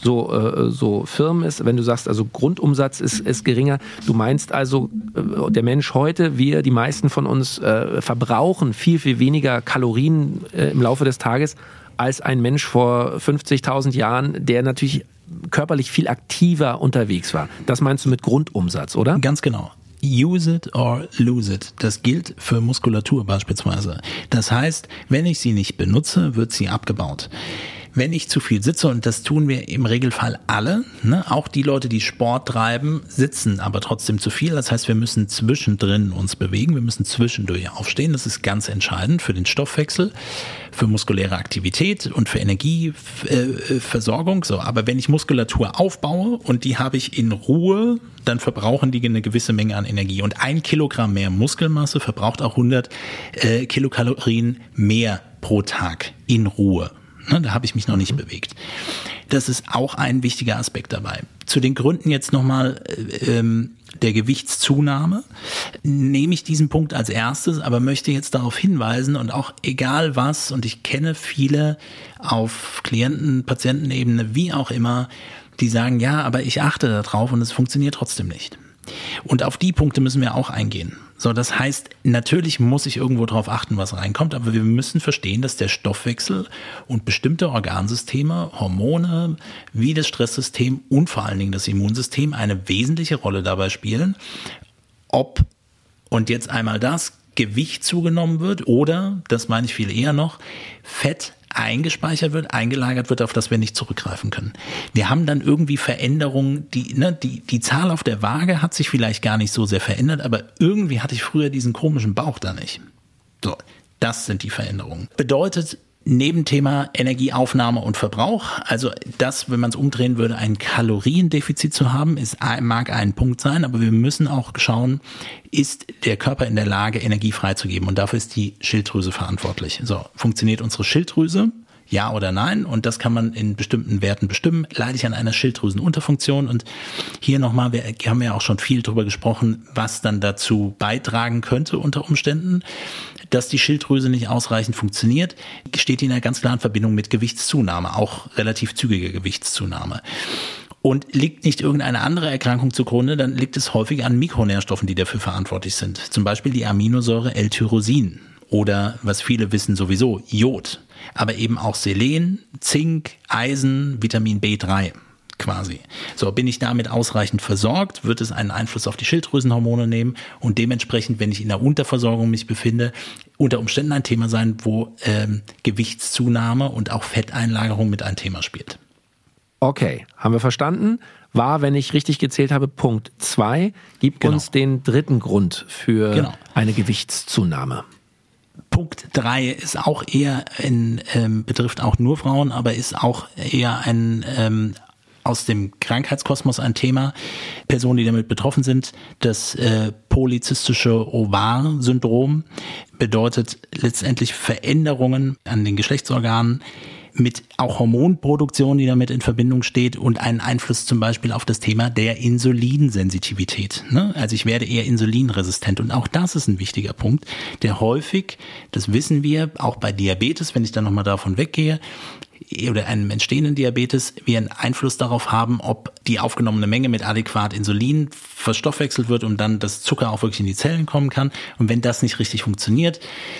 so firm ist. Wenn du sagst, also Grundumsatz ist geringer, du meinst also, der Mensch heute, die meisten von uns verbrauchen viel, viel weniger Kalorien im Laufe des Tages als ein Mensch vor 50.000 Jahren, der natürlich körperlich viel aktiver unterwegs war. Das meinst du mit Grundumsatz, oder? Ganz genau. Use it or lose it. Das gilt für Muskulatur beispielsweise. Das heißt, wenn ich sie nicht benutze, wird sie abgebaut. Wenn ich zu viel sitze, und das tun wir im Regelfall alle, ne, auch die Leute, die Sport treiben, sitzen aber trotzdem zu viel. Das heißt, wir müssen zwischendrin uns bewegen, wir müssen zwischendurch aufstehen. Das ist ganz entscheidend für den Stoffwechsel, für muskuläre Aktivität und für Energieversorgung. So, aber wenn ich Muskulatur aufbaue und die habe ich in Ruhe, dann verbrauchen die eine gewisse Menge an Energie. Und 1 Kilogramm mehr Muskelmasse verbraucht auch 100 Kilokalorien mehr pro Tag in Ruhe. Da habe ich mich noch nicht bewegt. Das ist auch ein wichtiger Aspekt dabei. Zu den Gründen jetzt nochmal der Gewichtszunahme. Nehme ich diesen Punkt als erstes, aber möchte jetzt darauf hinweisen und auch egal was, und ich kenne viele auf Klienten-, Patientenebene, wie auch immer, die sagen, ja, aber ich achte da drauf und es funktioniert trotzdem nicht. Und auf die Punkte müssen wir auch eingehen. So, das heißt, natürlich muss ich irgendwo drauf achten, was reinkommt, aber wir müssen verstehen, dass der Stoffwechsel und bestimmte Organsysteme, Hormone, wie das Stresssystem und vor allen Dingen das Immunsystem eine wesentliche Rolle dabei spielen, ob, und jetzt einmal das, Gewicht zugenommen wird oder, das meine ich viel eher noch, Fett eingespeichert wird, eingelagert wird, auf das wir nicht zurückgreifen können. Wir haben dann irgendwie Veränderungen, die Zahl auf der Waage hat sich vielleicht gar nicht so sehr verändert, aber irgendwie hatte ich früher diesen komischen Bauch da nicht. So, das sind die Veränderungen. Bedeutet, Nebenthema Energieaufnahme und Verbrauch, also das, wenn man es umdrehen würde, ein Kaloriendefizit zu haben, mag ein Punkt sein, aber wir müssen auch schauen, ist der Körper in der Lage, Energie freizugeben, und dafür ist die Schilddrüse verantwortlich. So, funktioniert unsere Schilddrüse? Ja oder nein? Und das kann man in bestimmten Werten bestimmen. Leide ich an einer Schilddrüsenunterfunktion? Und hier nochmal, wir haben ja auch schon viel drüber gesprochen, was dann dazu beitragen könnte unter Umständen, dass die Schilddrüse nicht ausreichend funktioniert, steht in einer ganz klaren Verbindung mit Gewichtszunahme, auch relativ zügiger Gewichtszunahme. Und liegt nicht irgendeine andere Erkrankung zugrunde, dann liegt es häufig an Mikronährstoffen, die dafür verantwortlich sind. Zum Beispiel die Aminosäure L-Tyrosin oder, was viele wissen sowieso, Jod. Aber eben auch Selen, Zink, Eisen, Vitamin B3 quasi. So, bin ich damit ausreichend versorgt, wird es einen Einfluss auf die Schilddrüsenhormone nehmen und dementsprechend, wenn ich in der Unterversorgung mich befinde, unter Umständen ein Thema sein, wo Gewichtszunahme und auch Fetteinlagerung mit ein Thema spielt. Okay, haben wir verstanden. War, wenn ich richtig gezählt habe, Punkt 2. Gib uns den dritten Grund für eine Gewichtszunahme. Punkt 3 ist auch eher betrifft auch nur Frauen, aber ist auch eher aus dem Krankheitskosmos ein Thema. Personen, die damit betroffen sind, das polyzystische Ovar-Syndrom bedeutet letztendlich Veränderungen an den Geschlechtsorganen mit auch Hormonproduktion, die damit in Verbindung steht, und einen Einfluss zum Beispiel auf das Thema der Insulinsensitivität. Ne? Also ich werde eher insulinresistent, und auch das ist ein wichtiger Punkt, der häufig, das wissen wir, auch bei Diabetes, wenn ich dann nochmal davon weggehe, oder einem entstehenden Diabetes, wir einen Einfluss darauf haben, ob die aufgenommene Menge mit adäquat Insulin verstoffwechselt wird und dann das Zucker auch wirklich in die Zellen kommen kann. Und wenn das nicht richtig funktioniert,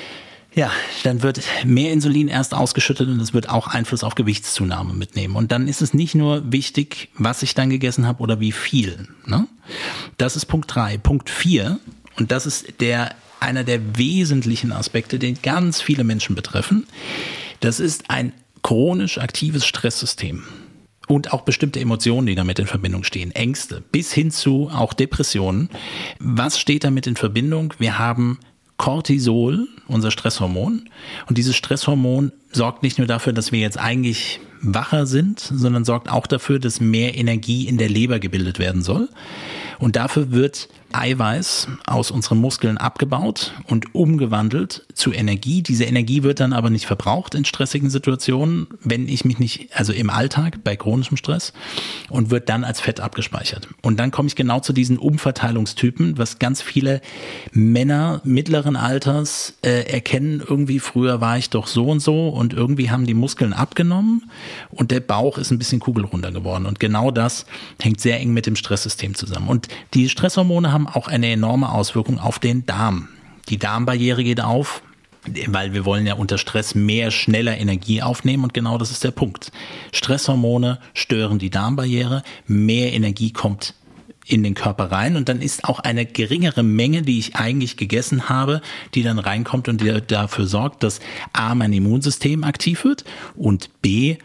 ja, dann wird mehr Insulin erst ausgeschüttet und es wird auch Einfluss auf Gewichtszunahme mitnehmen. Und dann ist es nicht nur wichtig, was ich dann gegessen habe oder wie viel. Ne? Das ist Punkt 3. Punkt 4, und das ist einer der wesentlichen Aspekte, den ganz viele Menschen betreffen. Das ist ein chronisch aktives Stresssystem und auch bestimmte Emotionen, die damit in Verbindung stehen. Ängste bis hin zu auch Depressionen. Was steht damit in Verbindung? Wir haben Cortisol, unser Stresshormon. Und dieses Stresshormon sorgt nicht nur dafür, dass wir jetzt eigentlich wacher sind, sondern sorgt auch dafür, dass mehr Energie in der Leber gebildet werden soll. Und dafür wird Eiweiß aus unseren Muskeln abgebaut und umgewandelt zu Energie. Diese Energie wird dann aber nicht verbraucht in stressigen Situationen, wenn ich mich nicht, also im Alltag bei chronischem Stress, und wird dann als Fett abgespeichert. Und dann komme ich genau zu diesen Umverteilungstypen, was ganz viele Männer mittleren Alters erkennen, irgendwie früher war ich doch so und irgendwie haben die Muskeln abgenommen und der Bauch ist ein bisschen kugelrunder geworden. Und genau das hängt sehr eng mit dem Stresssystem zusammen. Und die Stresshormone haben auch eine enorme Auswirkung auf den Darm. Die Darmbarriere geht auf, weil wir wollen ja unter Stress schneller Energie aufnehmen, und genau das ist der Punkt. Stresshormone stören die Darmbarriere, mehr Energie kommt in den Körper rein, und dann ist auch eine geringere Menge, die ich eigentlich gegessen habe, die dann reinkommt und die dafür sorgt, dass A, mein Immunsystem aktiv wird und B,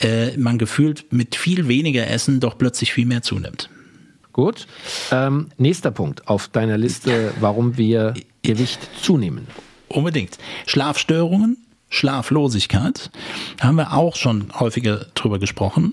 man gefühlt mit viel weniger Essen doch plötzlich viel mehr zunimmt. Gut. Nächster Punkt auf deiner Liste, warum wir Gewicht zunehmen. Unbedingt. Schlafstörungen, Schlaflosigkeit, haben wir auch schon häufiger drüber gesprochen.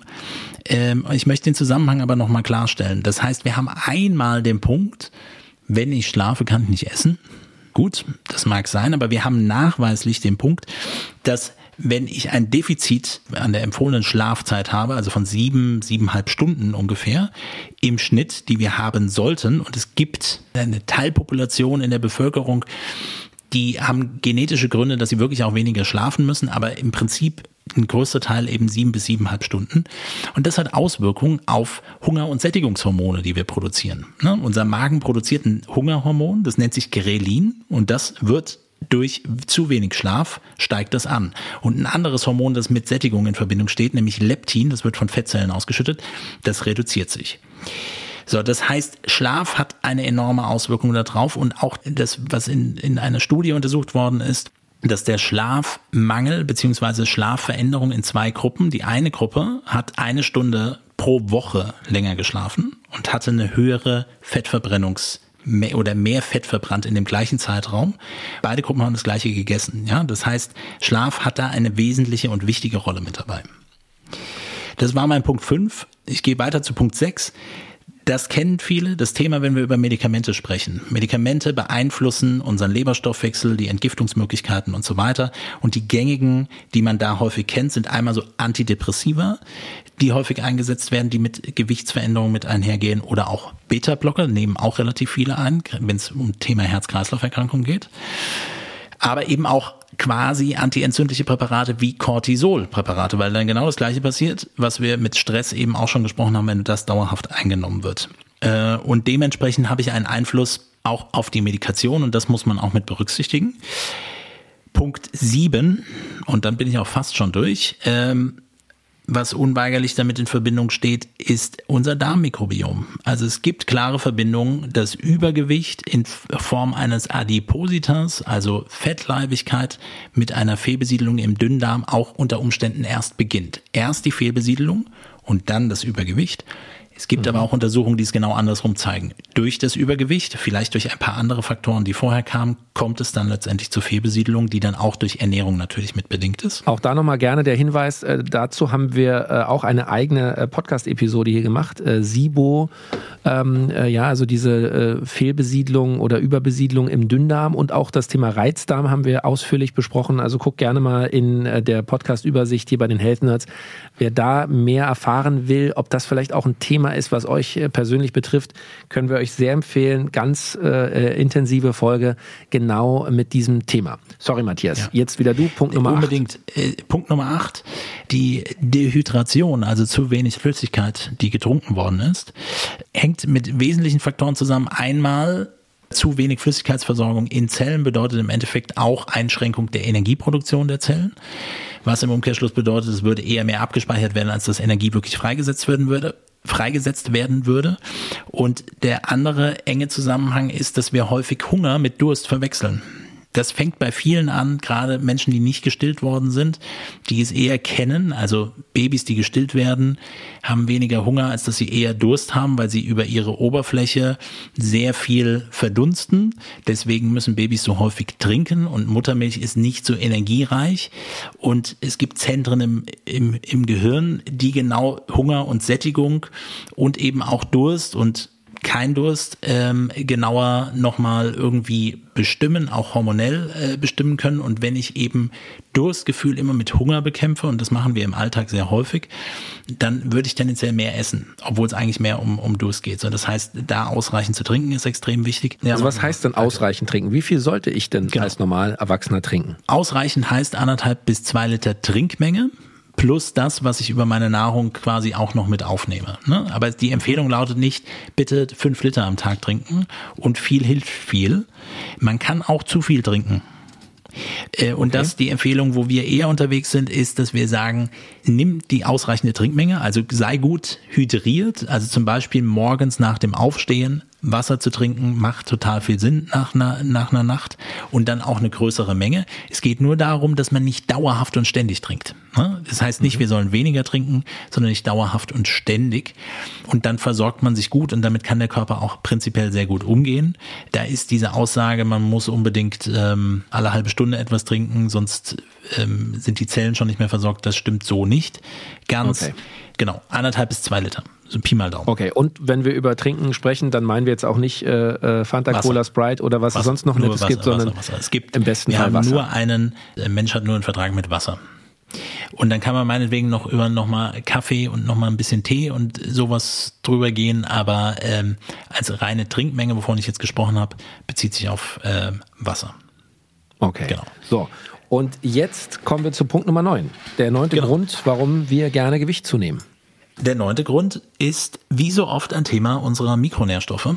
Ich möchte den Zusammenhang aber nochmal klarstellen. Das heißt, wir haben einmal den Punkt, wenn ich schlafe, kann ich nicht essen. Gut, das mag sein, aber wir haben nachweislich den Punkt, dass wenn ich ein Defizit an der empfohlenen Schlafzeit habe, also von 7,5 Stunden ungefähr im Schnitt, die wir haben sollten, und es gibt eine Teilpopulation in der Bevölkerung, die haben genetische Gründe, dass sie wirklich auch weniger schlafen müssen, aber im Prinzip ein größter Teil eben 7 bis 7,5 Stunden. Und das hat Auswirkungen auf Hunger- und Sättigungshormone, die wir produzieren. Ne? Unser Magen produziert ein Hungerhormon, das nennt sich Grelin, und das wird durch zu wenig Schlaf steigt das an. Und ein anderes Hormon, das mit Sättigung in Verbindung steht, nämlich Leptin, das wird von Fettzellen ausgeschüttet, das reduziert sich. So, das heißt, Schlaf hat eine enorme Auswirkung darauf, und auch das, was in einer Studie untersucht worden ist, dass der Schlafmangel bzw. Schlafveränderung in 2 Gruppen, die eine Gruppe hat 1 Stunde pro Woche länger geschlafen und hatte eine höhere mehr Fett verbrannt in dem gleichen Zeitraum. Beide Gruppen haben das Gleiche gegessen. Ja, das heißt, Schlaf hat da eine wesentliche und wichtige Rolle mit dabei. Das war mein Punkt 5. Ich gehe weiter zu Punkt 6. Das kennen viele, das Thema, wenn wir über Medikamente sprechen. Medikamente beeinflussen unseren Leberstoffwechsel, die Entgiftungsmöglichkeiten und so weiter. Und die gängigen, die man da häufig kennt, sind einmal so Antidepressiva, die häufig eingesetzt werden, die mit Gewichtsveränderungen mit einhergehen, oder auch Beta-Blocker, nehmen auch relativ viele ein, wenn es um Thema Herz-Kreislauf-Erkrankungen geht. Aber eben auch quasi antientzündliche Präparate wie Cortisol-Präparate, weil dann genau das Gleiche passiert, was wir mit Stress eben auch schon gesprochen haben, wenn das dauerhaft eingenommen wird. Und dementsprechend habe ich einen Einfluss auch auf die Medikation und das muss man auch mit berücksichtigen. Punkt 7, und dann bin ich auch fast schon durch, was unweigerlich damit in Verbindung steht, ist unser Darmmikrobiom. Also es gibt klare Verbindungen, dass Übergewicht in Form eines Adipositas, also Fettleibigkeit, mit einer Fehlbesiedelung im Dünndarm auch unter Umständen erst beginnt. Erst die Fehlbesiedelung und dann das Übergewicht. Es gibt aber auch Untersuchungen, die es genau andersrum zeigen. Durch das Übergewicht, vielleicht durch ein paar andere Faktoren, die vorher kamen, kommt es dann letztendlich zur Fehlbesiedelung, die dann auch durch Ernährung natürlich mit bedingt ist. Auch da nochmal gerne der Hinweis, dazu haben wir auch eine eigene Podcast-Episode hier gemacht. SIBO, also diese Fehlbesiedlung oder Überbesiedlung im Dünndarm und auch das Thema Reizdarm haben wir ausführlich besprochen. Also guckt gerne mal in der Podcast-Übersicht hier bei den Health Nerds. Wer da mehr erfahren will, ob das vielleicht auch ein Thema ist, was euch persönlich betrifft, können wir euch sehr empfehlen. Ganz intensive Folge genau mit diesem Thema. Sorry, Matthias. Ja. Jetzt wieder du, Punkt Nummer 8. Unbedingt. Punkt Nummer 8. Die Dehydration, also zu wenig Flüssigkeit, die getrunken worden ist, hängt mit wesentlichen Faktoren zusammen. Einmal zu wenig Flüssigkeitsversorgung in Zellen bedeutet im Endeffekt auch Einschränkung der Energieproduktion der Zellen. Was im Umkehrschluss bedeutet, es würde eher mehr abgespeichert werden, als dass Energie wirklich freigesetzt werden würde. Und der andere enge Zusammenhang ist, dass wir häufig Hunger mit Durst verwechseln. Das fängt bei vielen an, gerade Menschen, die nicht gestillt worden sind, die es eher kennen. Also Babys, die gestillt werden, haben weniger Hunger, als dass sie eher Durst haben, weil sie über ihre Oberfläche sehr viel verdunsten. Deswegen müssen Babys so häufig trinken und Muttermilch ist nicht so energiereich. Und es gibt Zentren im Gehirn, die genau Hunger und Sättigung und eben auch Durst und kein Durst genauer nochmal irgendwie bestimmen, auch hormonell bestimmen können. Und wenn ich eben Durstgefühl immer mit Hunger bekämpfe, und das machen wir im Alltag sehr häufig, dann würde ich tendenziell mehr essen, obwohl es eigentlich mehr um Durst geht. So, das heißt, da ausreichend zu trinken ist extrem wichtig. Ja, also was heißt denn ausreichend trinken? Wie viel sollte ich denn als normal Erwachsener trinken? Ausreichend heißt 1,5 bis 2 Liter Trinkmenge. Plus das, was ich über meine Nahrung quasi auch noch mit aufnehme. Ne? Aber die Empfehlung lautet nicht, bitte 5 Liter am Tag trinken und viel hilft viel. Man kann auch zu viel trinken. Und das, die Empfehlung, wo wir eher unterwegs sind, ist, dass wir sagen, nimm die ausreichende Trinkmenge, also sei gut hydriert, also zum Beispiel morgens nach dem Aufstehen Wasser zu trinken, macht total viel Sinn nach einer Nacht und dann auch eine größere Menge. Es geht nur darum, dass man nicht dauerhaft und ständig trinkt. Das heißt nicht, wir sollen weniger trinken, sondern nicht dauerhaft und ständig. Und dann versorgt man sich gut und damit kann der Körper auch prinzipiell sehr gut umgehen. Da ist diese Aussage, man muss unbedingt alle halbe Stunde etwas trinken, sonst sind die Zellen schon nicht mehr versorgt. Das stimmt so nicht. Genau, 1,5 bis 2 Liter. So Pi mal Daumen. Okay, und wenn wir über Trinken sprechen, dann meinen wir jetzt auch nicht Fanta, Wasser, Cola, Sprite oder was es sonst noch Nettes gibt, sondern Wasser. Es gibt im besten Fall Wasser. Der Mensch hat nur einen Vertrag mit Wasser. Und dann kann man meinetwegen noch über nochmal Kaffee und nochmal ein bisschen Tee und sowas drüber gehen, aber als reine Trinkmenge, wovon ich jetzt gesprochen habe, bezieht sich auf Wasser. Okay, genau. So. Und jetzt kommen wir zu Punkt Nummer 9. Der 9. Grund, warum wir gerne Gewicht zunehmen. Der 9. Grund ist wie so oft ein Thema unserer Mikronährstoffe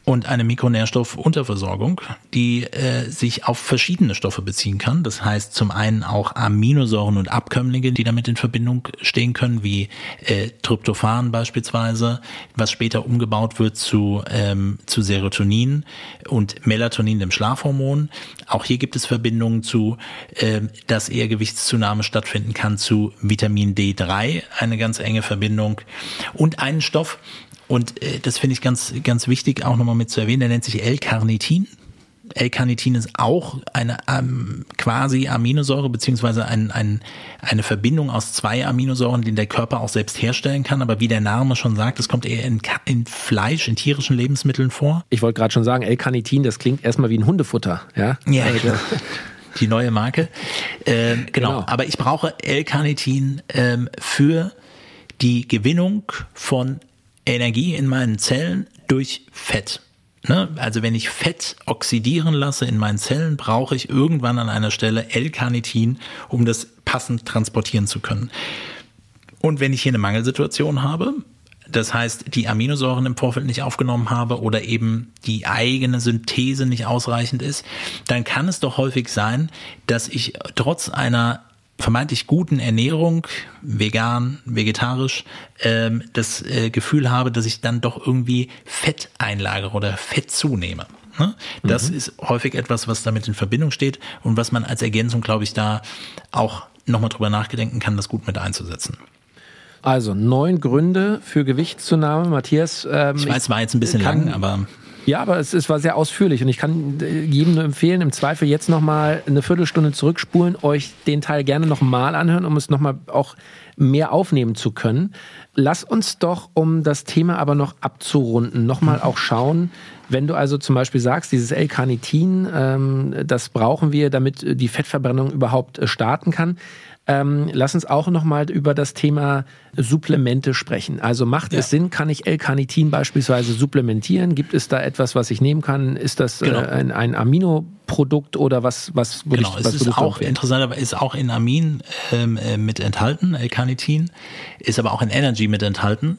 und eine Mikronährstoffunterversorgung, die sich auf verschiedene Stoffe beziehen kann. Das heißt zum einen auch Aminosäuren und Abkömmlinge, die damit in Verbindung stehen können, wie Tryptophan beispielsweise, was später umgebaut wird zu Serotonin und Melatonin, dem Schlafhormon. Auch hier gibt es Verbindungen zu, dass eher Gewichtszunahme stattfinden kann, zu Vitamin D3, eine ganz enge Verbindung. Und einen Stoff, und das finde ich ganz, ganz wichtig auch nochmal mit zu erwähnen, der nennt sich L-Carnitin. L-Carnitin ist auch eine quasi Aminosäure, beziehungsweise eine Verbindung aus 2 Aminosäuren, die der Körper auch selbst herstellen kann. Aber wie der Name schon sagt, es kommt eher in Fleisch, in tierischen Lebensmitteln vor. Ich wollte gerade schon sagen, L-Carnitin, das klingt erstmal wie ein Hundefutter. Ja, genau. Die neue Marke. Genau, aber ich brauche L-Carnitin für die Gewinnung von Energie in meinen Zellen durch Fett. Ne? Also wenn ich Fett oxidieren lasse in meinen Zellen, brauche ich irgendwann an einer Stelle L-Carnitin, um das passend transportieren zu können. Und wenn ich hier eine Mangelsituation habe, das heißt, die Aminosäuren im Vorfeld nicht aufgenommen habe oder eben die eigene Synthese nicht ausreichend ist, dann kann es doch häufig sein, dass ich trotz einer vermeintlich guten Ernährung, vegan, vegetarisch, das Gefühl habe, dass ich dann doch irgendwie Fett einlagere oder Fett zunehme. Ne? Das ist häufig etwas, was damit in Verbindung steht und was man als Ergänzung, glaube ich, da auch nochmal drüber nachdenken kann, das gut mit einzusetzen. Also 9 Gründe für Gewichtszunahme. Matthias, ich weiß, es war jetzt ein bisschen lang, aber... Ja, aber es war sehr ausführlich und ich kann jedem nur empfehlen, im Zweifel jetzt nochmal eine Viertelstunde zurückspulen, euch den Teil gerne nochmal anhören, um es nochmal auch mehr aufnehmen zu können. Lass uns doch, um das Thema aber noch abzurunden, nochmal auch schauen, wenn du also zum Beispiel sagst, dieses L-Carnitin, das brauchen wir, damit die Fettverbrennung überhaupt starten kann. Lass uns auch nochmal über das Thema Supplemente sprechen. Also macht es Sinn, kann ich L-Carnitin beispielsweise supplementieren? Gibt es da etwas, was ich nehmen kann? Ist das ein Aminoprodukt oder was würde ich es ist auch interessant, aber ist auch in Amin mit enthalten, L-Carnitin, ist aber auch in Energy mit enthalten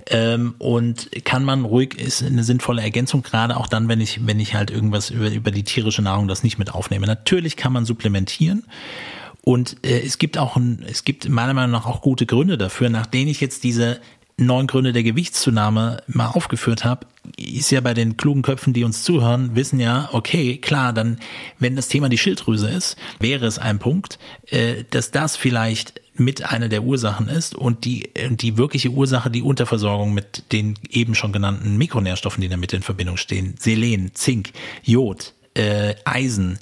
und kann man ruhig, ist eine sinnvolle Ergänzung, gerade auch dann, wenn ich halt irgendwas über die tierische Nahrung das nicht mit aufnehme. Natürlich kann man supplementieren. Und es gibt meiner Meinung nach auch gute Gründe dafür. Nachdem ich jetzt diese 9 Gründe der Gewichtszunahme mal aufgeführt habe, ist ja bei den klugen Köpfen, die uns zuhören, wissen ja, okay, klar, dann, wenn das Thema die Schilddrüse ist, wäre es ein Punkt, dass das vielleicht mit einer der Ursachen ist und die wirkliche Ursache die Unterversorgung mit den eben schon genannten Mikronährstoffen, die damit in Verbindung stehen, Selen, Zink, Jod, Eisen,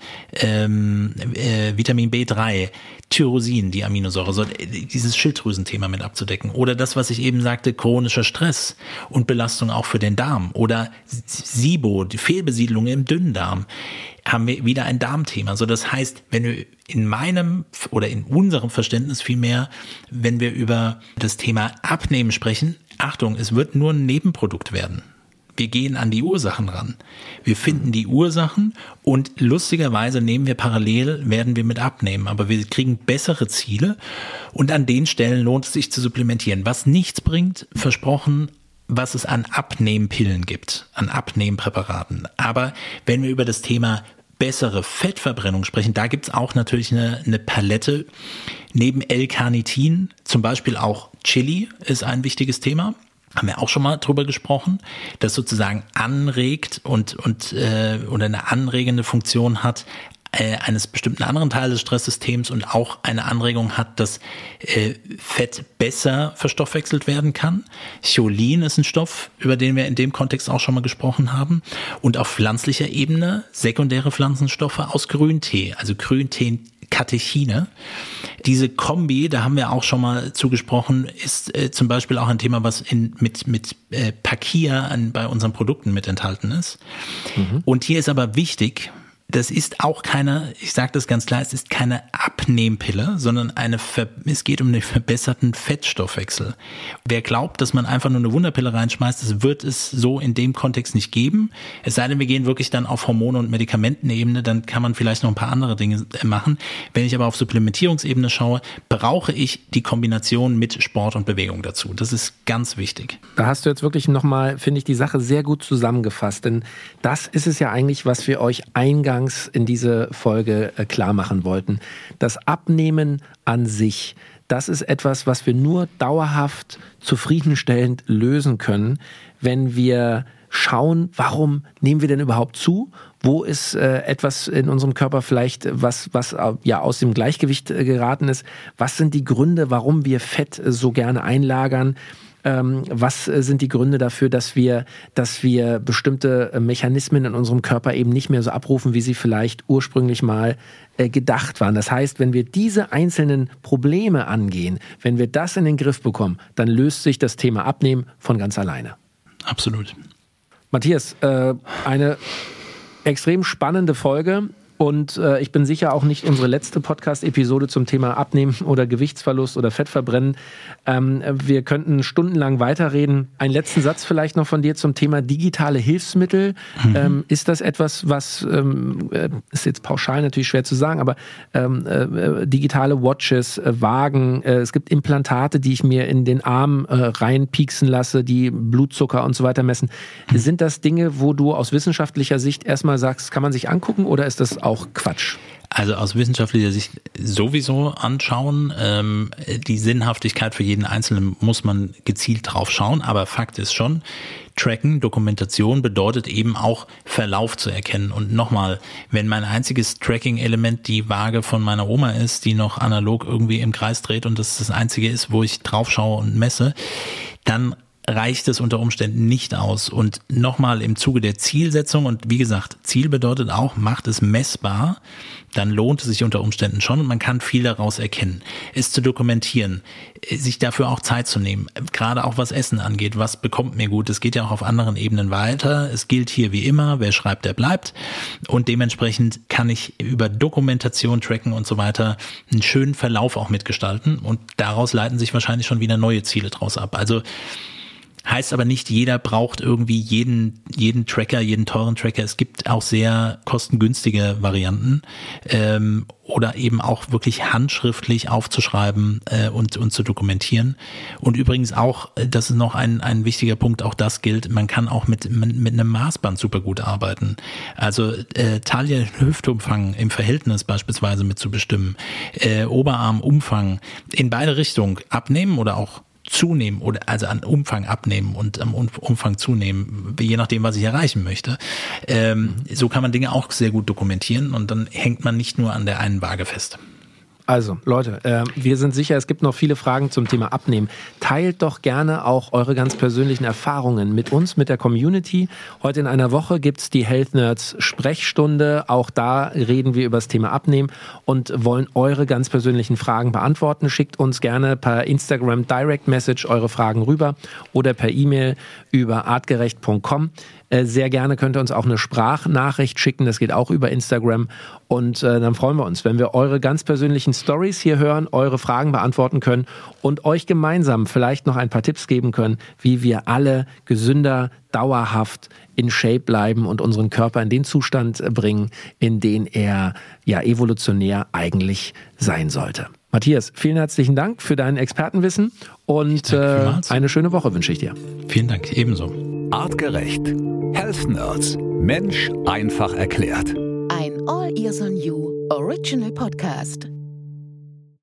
Vitamin B3, Tyrosin, die Aminosäure, so dieses Schilddrüsenthema mit abzudecken. Oder das, was ich eben sagte, chronischer Stress und Belastung auch für den Darm. Oder SIBO, die Fehlbesiedlung im Dünndarm, haben wir wieder ein Darmthema. So, das heißt, wenn wir in meinem oder in unserem Verständnis vielmehr, wenn wir über das Thema Abnehmen sprechen, Achtung, es wird nur ein Nebenprodukt werden. Wir gehen an die Ursachen ran. Wir finden die Ursachen und lustigerweise werden wir mit abnehmen. Aber wir kriegen bessere Ziele und an den Stellen lohnt es sich zu supplementieren. Was nichts bringt, versprochen, was es an Abnehmpillen gibt, an Abnehmpräparaten. Aber wenn wir über das Thema bessere Fettverbrennung sprechen, da gibt's auch natürlich eine Palette. Neben L-Carnitin, zum Beispiel auch Chili ist ein wichtiges Thema. Haben wir auch schon mal drüber gesprochen, das sozusagen anregt und oder eine anregende Funktion hat eines bestimmten anderen Teils des Stresssystems und auch eine Anregung hat, dass Fett besser verstoffwechselt werden kann. Cholin ist ein Stoff, über den wir in dem Kontext auch schon mal gesprochen haben. Und auf pflanzlicher Ebene sekundäre Pflanzenstoffe aus Grüntee, also Grüntee-Katechine. Diese Kombi, da haben wir auch schon mal zugesprochen, ist zum Beispiel auch ein Thema, was mit Pakia bei unseren Produkten mit enthalten ist. Und hier ist aber wichtig, das ist auch keine, ich sage das ganz klar, es ist keine Abnehmpille, sondern es geht um den verbesserten Fettstoffwechsel. Wer glaubt, dass man einfach nur eine Wunderpille reinschmeißt, das wird es so in dem Kontext nicht geben. Es sei denn, wir gehen wirklich dann auf Hormone- und Medikamentenebene, dann kann man vielleicht noch ein paar andere Dinge machen. Wenn ich aber auf Supplementierungsebene schaue, brauche ich die Kombination mit Sport und Bewegung dazu. Das ist ganz wichtig. Da hast du jetzt wirklich nochmal, finde ich, die Sache sehr gut zusammengefasst, denn das ist es ja eigentlich, was wir euch eingangs in diese Folge klar machen wollten. Das Abnehmen an sich, das ist etwas, was wir nur dauerhaft zufriedenstellend lösen können, wenn wir schauen, warum nehmen wir denn überhaupt zu? Wo ist etwas in unserem Körper vielleicht, was ja aus dem Gleichgewicht geraten ist? Was sind die Gründe, warum wir Fett so gerne einlagern? Was sind die Gründe dafür, dass wir bestimmte Mechanismen in unserem Körper eben nicht mehr so abrufen, wie sie vielleicht ursprünglich mal gedacht waren? Das heißt, wenn wir diese einzelnen Probleme angehen, wenn wir das in den Griff bekommen, dann löst sich das Thema Abnehmen von ganz alleine. Absolut. Matthias, eine extrem spannende Folge. Und ich bin sicher auch nicht unsere letzte Podcast-Episode zum Thema Abnehmen oder Gewichtsverlust oder Fettverbrennen. Wir könnten stundenlang weiterreden. Einen letzten Satz vielleicht noch von dir zum Thema digitale Hilfsmittel. Ist das etwas, was, ist jetzt pauschal natürlich schwer zu sagen, aber digitale Watches, Wagen, es gibt Implantate, die ich mir in den Arm reinpieksen lasse, die Blutzucker und so weiter messen. Sind das Dinge, wo du aus wissenschaftlicher Sicht erstmal sagst, kann man sich angucken oder ist das auch Quatsch? Also aus wissenschaftlicher Sicht sowieso anschauen. Die Sinnhaftigkeit für jeden Einzelnen muss man gezielt drauf schauen. Aber Fakt ist schon, Tracken, Dokumentation bedeutet eben auch Verlauf zu erkennen. Und nochmal, wenn mein einziges Tracking-Element die Waage von meiner Oma ist, die noch analog irgendwie im Kreis dreht und das einzige ist, wo ich drauf schaue und messe, dann reicht es unter Umständen nicht aus. Und nochmal im Zuge der Zielsetzung, und wie gesagt, Ziel bedeutet auch, macht es messbar, dann lohnt es sich unter Umständen schon und man kann viel daraus erkennen. Es zu dokumentieren, sich dafür auch Zeit zu nehmen, gerade auch was Essen angeht, was bekommt mir gut, es geht ja auch auf anderen Ebenen weiter. Es gilt hier wie immer, wer schreibt, der bleibt. Und dementsprechend kann ich über Dokumentation, Tracken und so weiter einen schönen Verlauf auch mitgestalten und daraus leiten sich wahrscheinlich schon wieder neue Ziele draus ab. Also heißt aber nicht, jeder braucht irgendwie jeden Tracker, jeden teuren Tracker. Es gibt auch sehr kostengünstige Varianten oder eben auch wirklich handschriftlich aufzuschreiben und zu dokumentieren. Und übrigens auch, das ist noch ein wichtiger Punkt, auch das gilt, man kann auch mit einem Maßband super gut arbeiten. Also Taille, Hüftumfang im Verhältnis beispielsweise mit zu bestimmen, Oberarmumfang in beide Richtungen abnehmen oder auch zunehmen oder also an Umfang abnehmen und am Umfang zunehmen, je nachdem, was ich erreichen möchte. So kann man Dinge auch sehr gut dokumentieren und dann hängt man nicht nur an der einen Waage fest. Also Leute, wir sind sicher, es gibt noch viele Fragen zum Thema Abnehmen. Teilt doch gerne auch eure ganz persönlichen Erfahrungen mit uns, mit der Community. Heute in einer Woche gibt's die Health Nerds Sprechstunde. Auch da reden wir über das Thema Abnehmen und wollen eure ganz persönlichen Fragen beantworten. Schickt uns gerne per Instagram Direct Message eure Fragen rüber oder per E-Mail über artgerecht.com. Sehr gerne könnt ihr uns auch eine Sprachnachricht schicken, das geht auch über Instagram und dann freuen wir uns, wenn wir eure ganz persönlichen Stories hier hören, eure Fragen beantworten können und euch gemeinsam vielleicht noch ein paar Tipps geben können, wie wir alle gesünder, dauerhaft in Shape bleiben und unseren Körper in den Zustand bringen, in den er ja evolutionär eigentlich sein sollte. Matthias, vielen herzlichen Dank für dein Expertenwissen und eine schöne Woche wünsche ich dir. Vielen Dank, ebenso. Artgerecht. Health Nerds. Mensch einfach erklärt. Ein All Ears on You Original Podcast.